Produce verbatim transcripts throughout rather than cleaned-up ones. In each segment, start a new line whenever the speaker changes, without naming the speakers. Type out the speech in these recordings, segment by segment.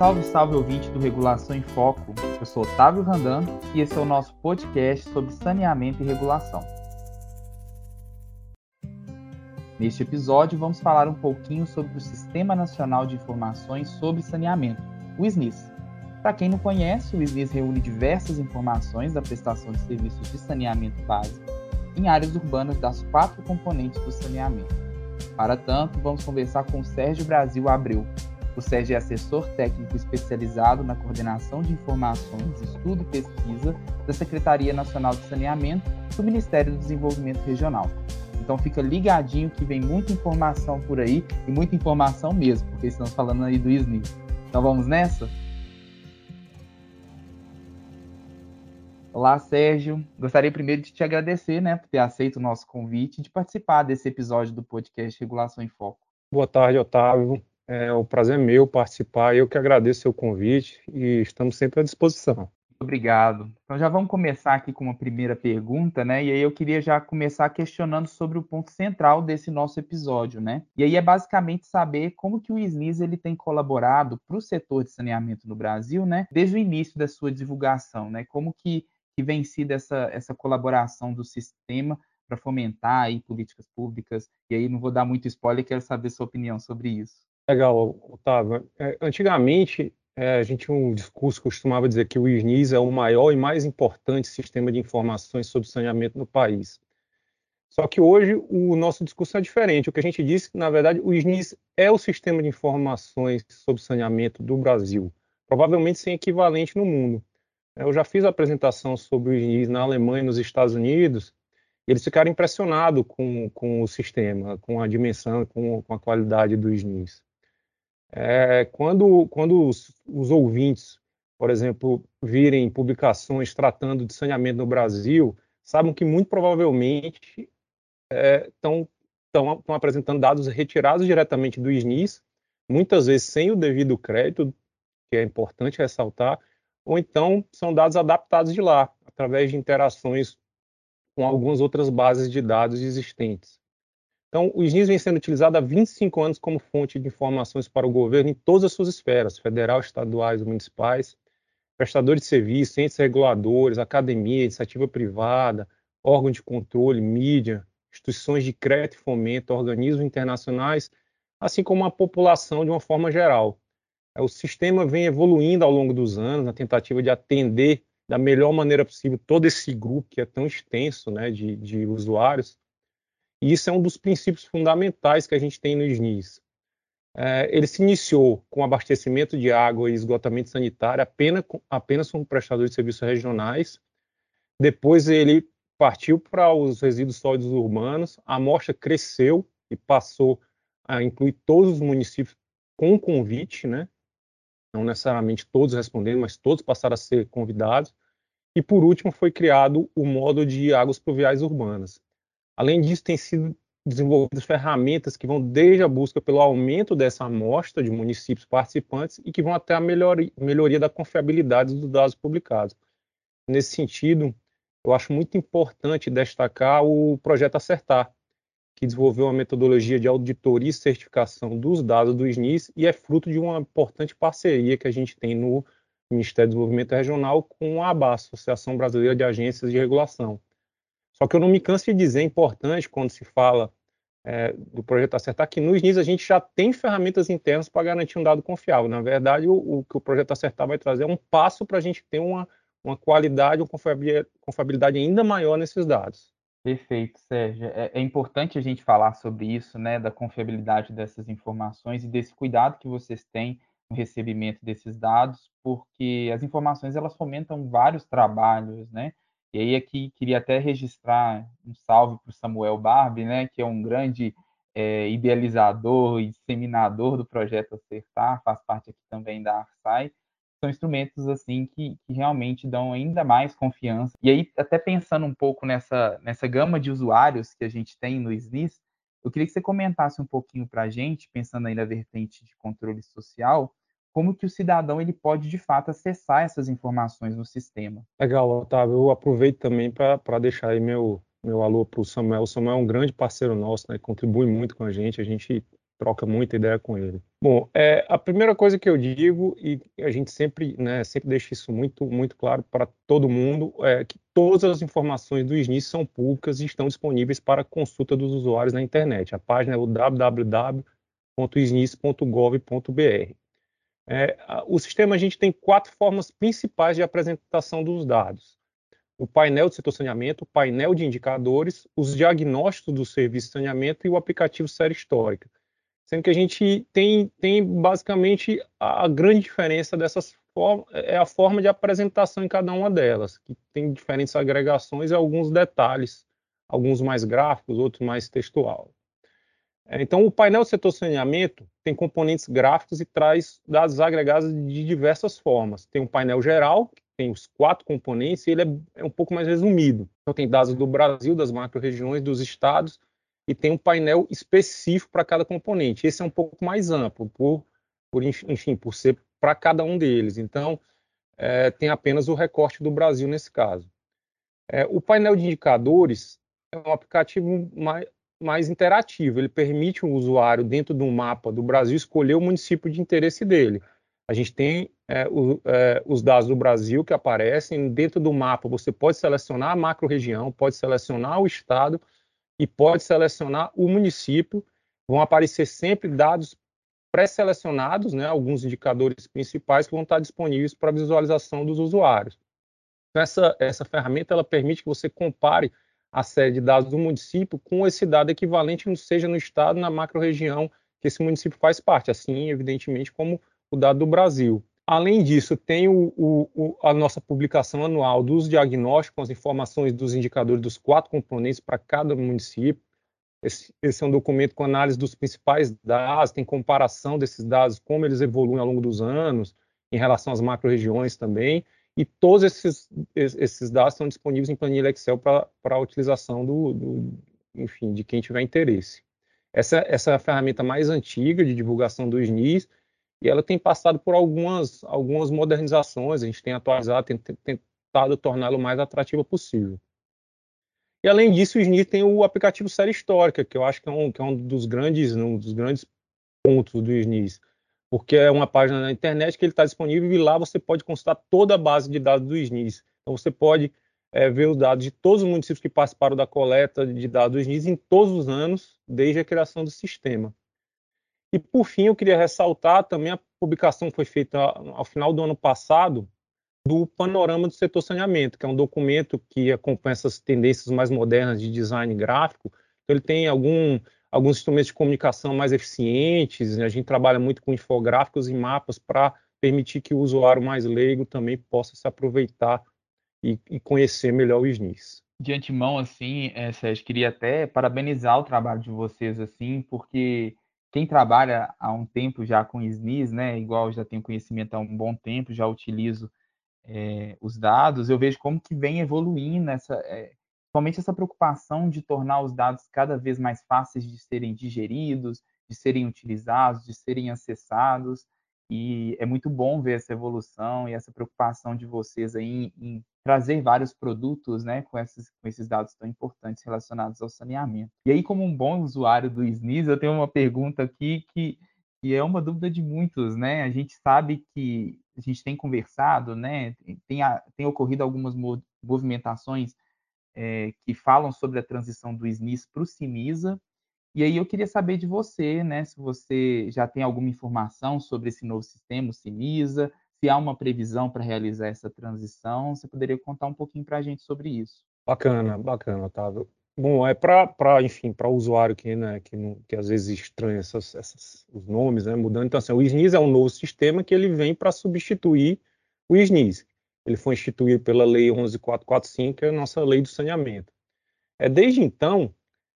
Salve, salve ouvinte do Regulação em Foco. Eu sou Otávio Randan e esse é o nosso podcast sobre saneamento e regulação. Neste episódio, vamos falar um pouquinho sobre o Sistema Nacional de Informações sobre Saneamento, o S N I S. Para quem não conhece, o S N I S reúne diversas informações da prestação de serviços de saneamento básico em áreas urbanas das quatro componentes do saneamento. Para tanto, vamos conversar com o Sérgio Brasil Abreu. O Sérgio é assessor técnico especializado na coordenação de informações, estudo e pesquisa da Secretaria Nacional de Saneamento do Ministério do Desenvolvimento Regional. Então fica ligadinho que vem muita informação por aí, e muita informação mesmo, porque estamos falando aí do S N I S. Então vamos nessa? Olá, Sérgio. Gostaria primeiro de te agradecer, né, por ter aceito o nosso convite e de participar desse episódio do podcast Regulação em Foco.
Boa tarde, Otávio. É um prazer meu participar. Eu que agradeço o seu convite e estamos sempre à disposição.
Obrigado. Então já vamos começar aqui com uma primeira pergunta, né? E aí eu queria já começar questionando sobre o ponto central desse nosso episódio, né? E aí é basicamente saber como que o S N I S ele tem colaborado para o setor de saneamento no Brasil, né? Desde o início da sua divulgação, né? Como que, que vem sido essa, essa colaboração do sistema para fomentar aí políticas públicas? E aí não vou dar muito spoiler, quero saber sua opinião sobre isso.
Legal, Otávio. É, antigamente, é, a gente tinha um discurso que costumava dizer que o S N I S é o maior e mais importante sistema de informações sobre saneamento no país. Só que hoje o nosso discurso é diferente. O que a gente disse que, na verdade, o S N I S é o sistema de informações sobre saneamento do Brasil, provavelmente sem equivalente no mundo. Eu já fiz a apresentação sobre o S N I S na Alemanha e nos Estados Unidos, e eles ficaram impressionados com, com o sistema, com a dimensão, com, com a qualidade do S N I S. É, quando quando os, os ouvintes, por exemplo, virem publicações tratando de saneamento no Brasil, sabem que muito provavelmente estão é, apresentando dados retirados diretamente do S N I S, muitas vezes sem o devido crédito, que é importante ressaltar, ou então são dados adaptados de lá, através de interações com algumas outras bases de dados existentes. Então, o S N I S vem sendo utilizado há vinte e cinco anos como fonte de informações para o governo em todas as suas esferas, federal, estaduais e municipais, prestadores de serviços, entes reguladores, academia, iniciativa privada, órgão de controle, mídia, instituições de crédito e fomento, organismos internacionais, assim como a população de uma forma geral. O sistema vem evoluindo ao longo dos anos na tentativa de atender da melhor maneira possível todo esse grupo que é tão extenso, né, de, de usuários. E isso é um dos princípios fundamentais que a gente tem no S N I S. É, ele se iniciou com abastecimento de água e esgotamento sanitário apenas, apenas como prestador de serviços regionais. Depois ele partiu para os resíduos sólidos urbanos. A amostra cresceu e passou a incluir todos os municípios com convite, né? Não necessariamente todos respondendo, mas todos passaram a ser convidados. E, por último, foi criado o módulo de águas pluviais urbanas. Além disso, tem sido desenvolvidas ferramentas que vão desde a busca pelo aumento dessa amostra de municípios participantes e que vão até a melhoria, melhoria da confiabilidade dos dados publicados. Nesse sentido, eu acho muito importante destacar o projeto Acertar, que desenvolveu uma metodologia de auditoria e certificação dos dados do S N I S e é fruto de uma importante parceria que a gente tem no Ministério do Desenvolvimento Regional com a ABAS, Associação Brasileira de Agências de Regulação. Só que eu não me canso de dizer, é importante quando se fala é, do projeto Acertar, que no S N I S a gente já tem ferramentas internas para garantir um dado confiável. Na verdade, o, o que o projeto Acertar vai trazer é um passo para a gente ter uma, uma qualidade, uma confiabilidade, confiabilidade ainda maior nesses dados.
Perfeito, Sérgio. É, é importante a gente falar sobre isso, né, da confiabilidade dessas informações e desse cuidado que vocês têm no recebimento desses dados, porque as informações elas fomentam vários trabalhos, né? E aí aqui queria até registrar um salve para o Samuel Barbie, né, que é um grande é, idealizador e disseminador do projeto Acertar, faz parte aqui também da Arsai. São instrumentos assim que, que realmente dão ainda mais confiança. E aí, até pensando um pouco nessa, nessa gama de usuários que a gente tem no S N I S, eu queria que você comentasse um pouquinho para a gente, pensando aí na vertente de controle social, como que o cidadão ele pode, de fato, acessar essas informações no sistema.
Legal, Otávio. Eu aproveito também para deixar aí meu, meu alô para o Samuel. O Samuel é um grande parceiro nosso, né? Contribui muito com a gente. A gente troca muita ideia com ele. Bom, é, a primeira coisa que eu digo, e a gente sempre, né, sempre deixa isso muito, muito claro para todo mundo, é que todas as informações do SNIS são públicas e estão disponíveis para consulta dos usuários na internet. A página é o w w w ponto snis ponto gov ponto b r. É, o sistema, a gente tem quatro formas principais de apresentação dos dados: o painel de setor saneamento, o painel de indicadores, os diagnósticos do serviço de saneamento e o aplicativo série histórica. Sendo que a gente tem, tem basicamente a, a grande diferença dessas formas, é a forma de apresentação em cada uma delas, que tem diferentes agregações e alguns detalhes, alguns mais gráficos, outros mais textual. Então, o painel do setor saneamento tem componentes gráficos e traz dados agregados de diversas formas. Tem um painel geral, que tem os quatro componentes, e ele é, é um pouco mais resumido. Então, tem dados do Brasil, das macro-regiões, dos estados, e tem um painel específico para cada componente. Esse é um pouco mais amplo, por, por enfim, por ser para cada um deles. Então, é, tem apenas o recorte do Brasil nesse caso. É, o painel de indicadores é um aplicativo mais mais interativo. Ele permite o usuário, dentro do mapa do Brasil, escolher o município de interesse dele. A gente tem é, o, é, os dados do Brasil que aparecem. Dentro do mapa, você pode selecionar a macro-região, pode selecionar o estado e pode selecionar o município. Vão aparecer sempre dados pré-selecionados, né, alguns indicadores principais que vão estar disponíveis para visualização dos usuários. Então, essa, essa ferramenta ela permite que você compare a série de dados do município com esse dado equivalente, seja no estado, na macro-região que esse município faz parte, assim, evidentemente, como o dado do Brasil. Além disso, tem o, o, a nossa publicação anual dos diagnósticos, com as informações dos indicadores dos quatro componentes para cada município. Esse, esse é um documento com análise dos principais dados, tem comparação desses dados, como eles evoluem ao longo dos anos, em relação às macro-regiões também. E todos esses, esses dados estão disponíveis em planilha Excel para a utilização do, do, enfim, de quem tiver interesse. Essa, essa é a ferramenta mais antiga de divulgação do SNIS e ela tem passado por algumas, algumas modernizações, a gente tem atualizado, tem tentado torná-lo o mais atrativo possível. E além disso, o SNIS tem o aplicativo série histórica, que eu acho que é um, que é um, dos, grandes, um dos grandes pontos do SNIS, porque é uma página na internet que ele está disponível e lá você pode consultar toda a base de dados do SNIS. Então você pode é, ver os dados de todos os municípios que participaram da coleta de dados do SNIS em todos os anos, desde a criação do sistema. E por fim, eu queria ressaltar também a publicação que foi feita ao final do ano passado do Panorama do Setor Saneamento, que é um documento que acompanha essas tendências mais modernas de design gráfico. Então, ele tem algum alguns instrumentos de comunicação mais eficientes, a gente trabalha muito com infográficos e mapas para permitir que o usuário mais leigo também possa se aproveitar e, e conhecer melhor o SNIS.
De antemão, assim, é, Sérgio, queria até parabenizar o trabalho de vocês, assim, porque quem trabalha há um tempo já com SNIS, né, igual eu já tenho conhecimento há um bom tempo, já utilizo é, os dados, eu vejo como que vem evoluindo essa, é, principalmente essa preocupação de tornar os dados cada vez mais fáceis de serem digeridos, de serem utilizados, de serem acessados, e é muito bom ver essa evolução e essa preocupação de vocês aí em, em trazer vários produtos, né, com esses, com esses dados tão importantes relacionados ao saneamento. E aí, como um bom usuário do SNIS, eu tenho uma pergunta aqui que, que é uma dúvida de muitos, né? A gente sabe que a gente tem conversado, né? Tem, a, tem ocorrido algumas movimentações é, que falam sobre a transição do SNIS para o Sinisa. E aí eu queria saber de você, né, se você já tem alguma informação sobre esse novo sistema, o Sinisa, se há uma previsão para realizar essa transição, você poderia contar um pouquinho para a gente sobre isso?
Bacana, bacana, Otávio. Bom, é para, enfim, para o usuário que, né, que, não, que às vezes estranha essas, essas, os nomes, né, mudando. Então, assim, o SNIS é um novo sistema que ele vem para substituir o SNIS. Ele foi instituído pela Lei onze mil quatrocentos e quarenta e cinco, que é a nossa lei do saneamento. É, desde então,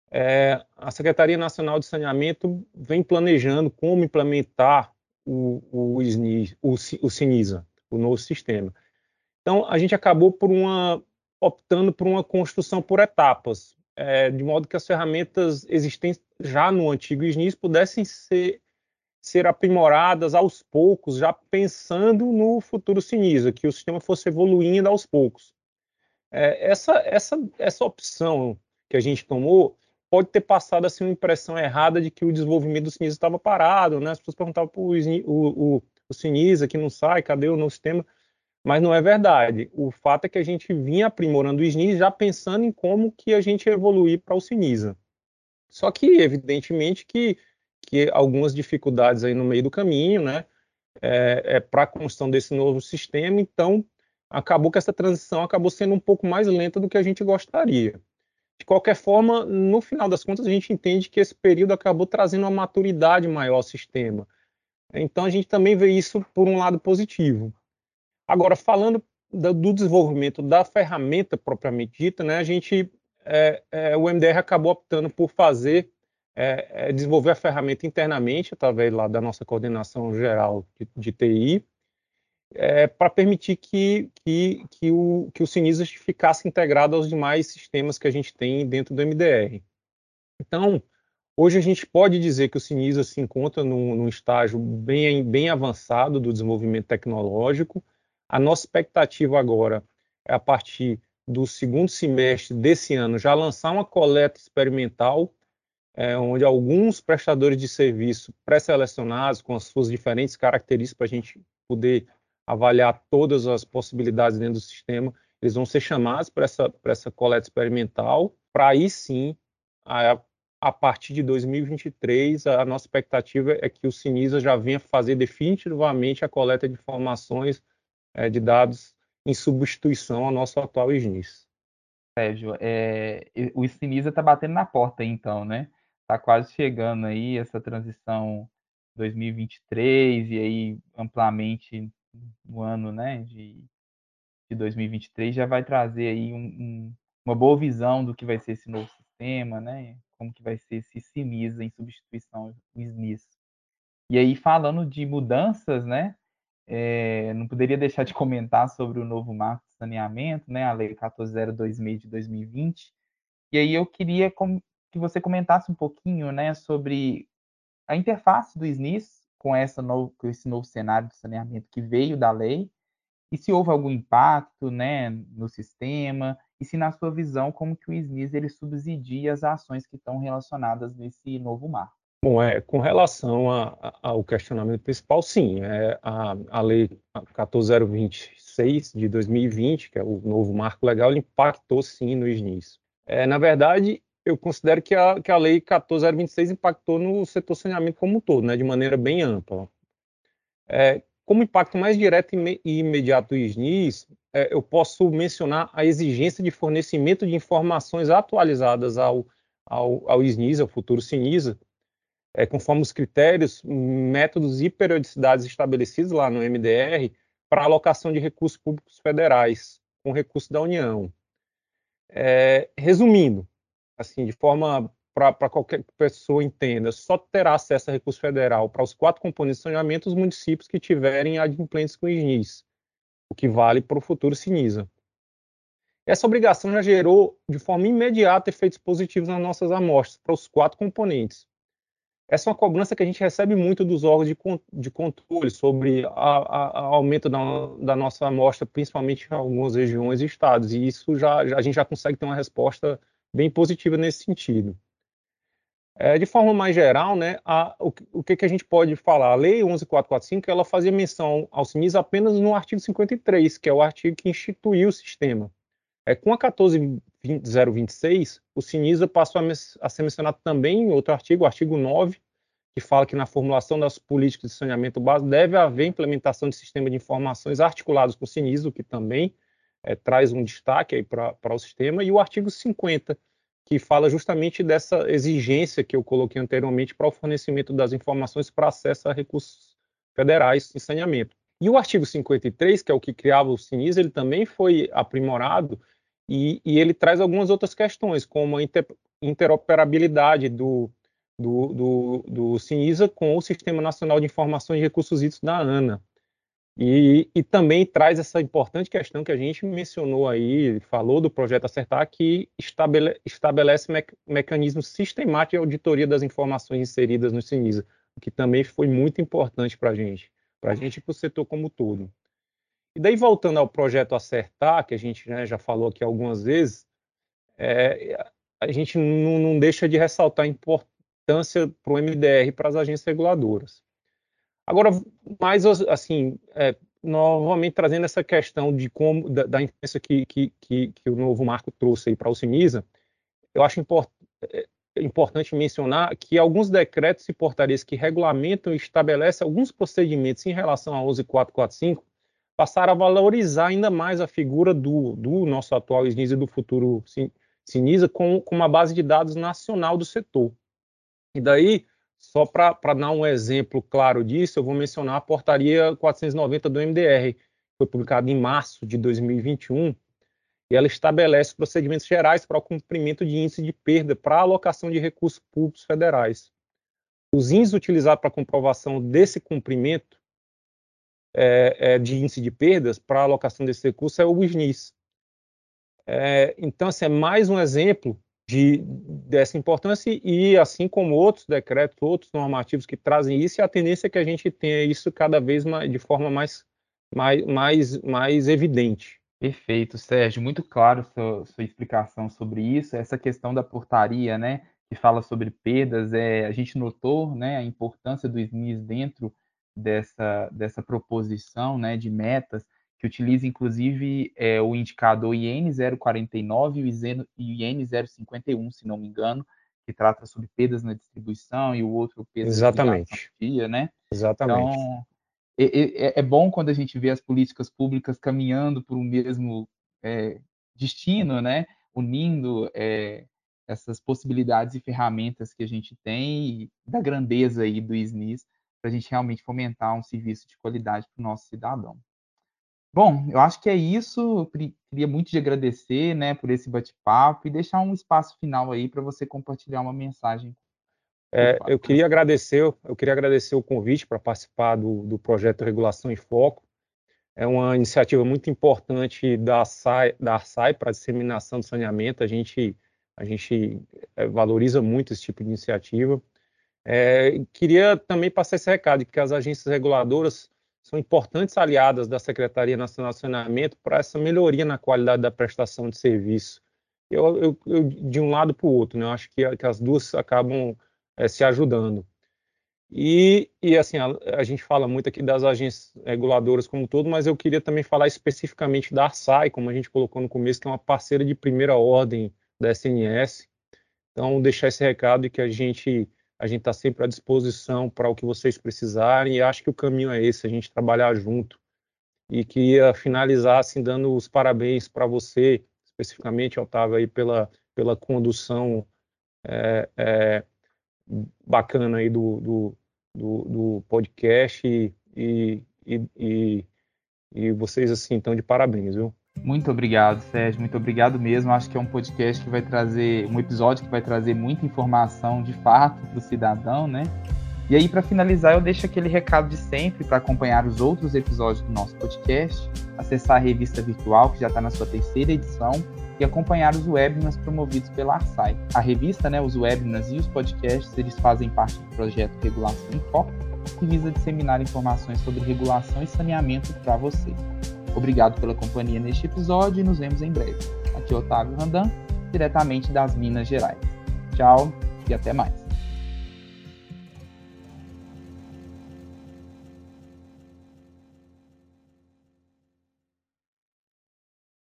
é, a Secretaria Nacional de Saneamento vem planejando como implementar o, o, SNIS, o, o Sinisa, o novo sistema. Então, a gente acabou por uma, optando por uma construção por etapas, é, de modo que as ferramentas existentes já no antigo SNIS pudessem ser, ser aprimoradas aos poucos, já pensando no futuro Sinisa, que o sistema fosse evoluindo aos poucos. É, essa, essa, essa opção que a gente tomou pode ter passado assim, uma impressão errada de que o desenvolvimento do Sinisa estava parado, né? As pessoas perguntavam para o, o, o Sinisa que não sai, cadê o novo sistema? Mas não é verdade. O fato é que a gente vinha aprimorando o Sinisa já pensando em como que a gente ia evoluir para o Sinisa. Só que, evidentemente, que, que algumas dificuldades aí no meio do caminho, né? É, é para a construção desse novo sistema, então acabou que essa transição acabou sendo um pouco mais lenta do que a gente gostaria. De qualquer forma, no final das contas, a gente entende que esse período acabou trazendo uma maturidade maior ao sistema. Então, a gente também vê isso por um lado positivo. Agora, falando do desenvolvimento da ferramenta propriamente dita, né, a gente, é, é, o M D R acabou optando por fazer, é, é, desenvolver a ferramenta internamente, através lá da nossa coordenação geral de, de T I, é, para permitir que, que, que, o, que o Sinisa ficasse integrado aos demais sistemas que a gente tem dentro do M D R. Então, hoje a gente pode dizer que o Sinisa se encontra num, num estágio bem, bem avançado do desenvolvimento tecnológico. A nossa expectativa agora é, a partir do segundo semestre desse ano, já lançar uma coleta experimental, é, onde alguns prestadores de serviço pré-selecionados, com as suas diferentes características, para a gente poder avaliar todas as possibilidades dentro do sistema, eles vão ser chamados para essa, para essa coleta experimental, para aí sim, a, a partir de dois mil e vinte e três, a nossa expectativa é que o Sinisa já venha fazer definitivamente a coleta de informações, é, de dados em substituição ao nosso atual I S N I S.
Sérgio, é, o Sinisa está batendo na porta aí, então, né? Está quase chegando aí essa transição dois mil e vinte e três e aí amplamente no ano, né, de, de dois mil e vinte e três já vai trazer aí um, um, uma boa visão do que vai ser esse novo sistema, né? Como que vai ser esse Sinisa em substituição do I S N I S. E aí, falando de mudanças, né? É, não poderia deixar de comentar sobre o novo marco de saneamento, né, a Lei quatorze mil vinte e seis de dois mil e vinte. E aí eu queria que você comentasse um pouquinho, né, sobre a interface do I S N I S com, essa novo, com esse novo cenário de saneamento que veio da lei, e se houve algum impacto, né, no sistema, e se na sua visão como que o I S N I S ele subsidia as ações que estão relacionadas nesse novo marco.
Bom, é, com relação a, a, ao questionamento principal, sim, é, a, a Lei quatorze mil vinte e seis de dois mil e vinte, que é o novo marco legal, ele impactou sim no I S N I S. É, na verdade, eu considero que a, que a Lei quatorze mil vinte e seis impactou no setor saneamento como um todo, né, de maneira bem ampla. É, como impacto mais direto e imediato do I S N I S, é, eu posso mencionar a exigência de fornecimento de informações atualizadas ao, ao, ao I S N I S, ao futuro Sinisa, É, conforme os critérios, métodos e periodicidades estabelecidos lá no M D R para alocação de recursos públicos federais com recursos da União. É, resumindo, assim, de forma para qualquer pessoa entenda, só terá acesso a recurso federal para os quatro componentes de saneamento os municípios que tiverem adimplentes com o I S N I S, o que vale para o futuro Sinisa. Essa obrigação já gerou, de forma imediata, efeitos positivos nas nossas amostras para os quatro componentes. Essa é uma cobrança que a gente recebe muito dos órgãos de, de controle sobre o aumento da, da nossa amostra, principalmente em algumas regiões e estados, e isso já, já a gente já consegue ter uma resposta bem positiva nesse sentido. É, de forma mais geral, né, a, o, o que, que a gente pode falar? A Lei onze mil quatrocentos e quarenta e cinco ela fazia menção ao Sinisa apenas no artigo cinquenta e três, que é o artigo que instituiu o sistema. É, com a quatorze mil vinte e seis, o Sinisa passou a, a ser mencionado também em outro artigo, o artigo nove, que fala que na formulação das políticas de saneamento básico deve haver implementação de sistema de informações articulados com o Sinisa, o que também é, traz um destaque para o sistema, e o artigo cinquenta, que fala justamente dessa exigência que eu coloquei anteriormente para o fornecimento das informações para acesso a recursos federais em saneamento. E o artigo cinquenta e três, que é o que criava o Sinisa, ele também foi aprimorado e, e ele traz algumas outras questões, como a inter, interoperabilidade do, do, do, do Sinisa com o Sistema Nacional de Informações de Recursos Hídricos da ANA. E, e também traz essa importante questão que a gente mencionou aí, falou do projeto Acertar, que estabele, estabelece me, mecanismos sistemáticos de auditoria das informações inseridas no Sinisa, o que também foi muito importante para a gente, para a gente e para o setor como um todo. E daí, voltando ao projeto Acertar, que a gente, né, já falou aqui algumas vezes, é, a gente não, não deixa de ressaltar a importância para o M D R para as agências reguladoras. Agora, mais assim, é, novamente trazendo essa questão de como da, da influência que, que, que, que o novo marco trouxe aí para o CINISA, eu acho import, é, importante mencionar que alguns decretos e portarias que regulamentam e estabelecem alguns procedimentos em relação a onze mil quatrocentos e quarenta e cinco passaram a valorizar ainda mais a figura do, do nosso atual SNIS e do futuro CINISA com, com uma base de dados nacional do setor. E daí, só para dar um exemplo claro disso, eu vou mencionar a portaria quatrocentos e noventa do M D R, que foi publicada em março de dois mil e vinte e um, e ela estabelece procedimentos gerais para o cumprimento de índice de perda para a alocação de recursos públicos federais. Os índices utilizados para comprovação desse cumprimento é, é, de índice de perdas para a alocação desse recurso é o SNIS. É, então, assim, é mais um exemplo de, dessa importância e, assim como outros decretos, outros normativos que trazem isso, e a tendência é que a gente tenha isso cada vez mais, de forma mais, mais, mais, mais evidente.
Perfeito, Sérgio. Muito claro sua, sua explicação sobre isso. Essa questão da portaria, né, que fala sobre perdas, é, a gente notou, né, a importância do SNIS dentro dessa, dessa proposição, né, de metas, que utiliza inclusive é, o indicador I N zero quarenta e nove e o I N zero cinquenta e um, se não me engano, que trata sobre perdas na distribuição e o outro perdas
Exatamente.
de geração de dia, né?
Exatamente.
Então, é, é, é bom quando a gente vê as políticas públicas caminhando por um mesmo é, destino, né? Unindo é, essas possibilidades e ferramentas que a gente tem e da grandeza aí do SNIS para a gente realmente fomentar um serviço de qualidade para o nosso cidadão. Bom, eu acho que é isso. Eu queria muito te agradecer, né, por esse bate-papo e deixar um espaço final aí para você compartilhar uma mensagem.
É, eu queria agradecer, eu queria agradecer o convite para participar do, do projeto Regulação em Foco. É uma iniciativa muito importante da ARSAI, da ARSAI para a disseminação do saneamento. A gente, a gente é, valoriza muito esse tipo de iniciativa. É, queria também passar esse recado de que as agências reguladoras são importantes aliadas da Secretaria Nacional de Saneamento para essa melhoria na qualidade da prestação de serviço. Eu, eu, eu de um lado para o outro, né? Eu acho que, que as duas acabam é, se ajudando. E, e assim, a, a gente fala muito aqui das agências reguladoras como um todo, mas eu queria também falar especificamente da ARSAI, como a gente colocou no começo, que é uma parceira de primeira ordem da S N S. Então, deixar esse recado de que a gente a gente está sempre à disposição para o que vocês precisarem, e acho que o caminho é esse, a gente trabalhar junto. E queria finalizar assim, dando os parabéns para você, especificamente, Otávio, aí, pela, pela condução é, é, bacana aí do, do, do, do podcast, e, e, e, e vocês assim estão de parabéns, viu?
Muito obrigado, Sérgio, muito obrigado mesmo. Acho que é um podcast que vai trazer, um episódio que vai trazer muita informação de fato para o cidadão, né? E aí, para finalizar, eu deixo aquele recado de sempre para acompanhar os outros episódios do nosso podcast, acessar a revista virtual, que já está na sua terceira edição, e acompanhar os webinars promovidos pela ARSAI. A revista, né, os webinars e os podcasts, eles fazem parte do projeto Regulação em Foco, que visa disseminar informações sobre regulação e saneamento para você. Obrigado pela companhia neste episódio e nos vemos em breve. Aqui é Otávio Randan, diretamente das Minas Gerais. Tchau e até mais.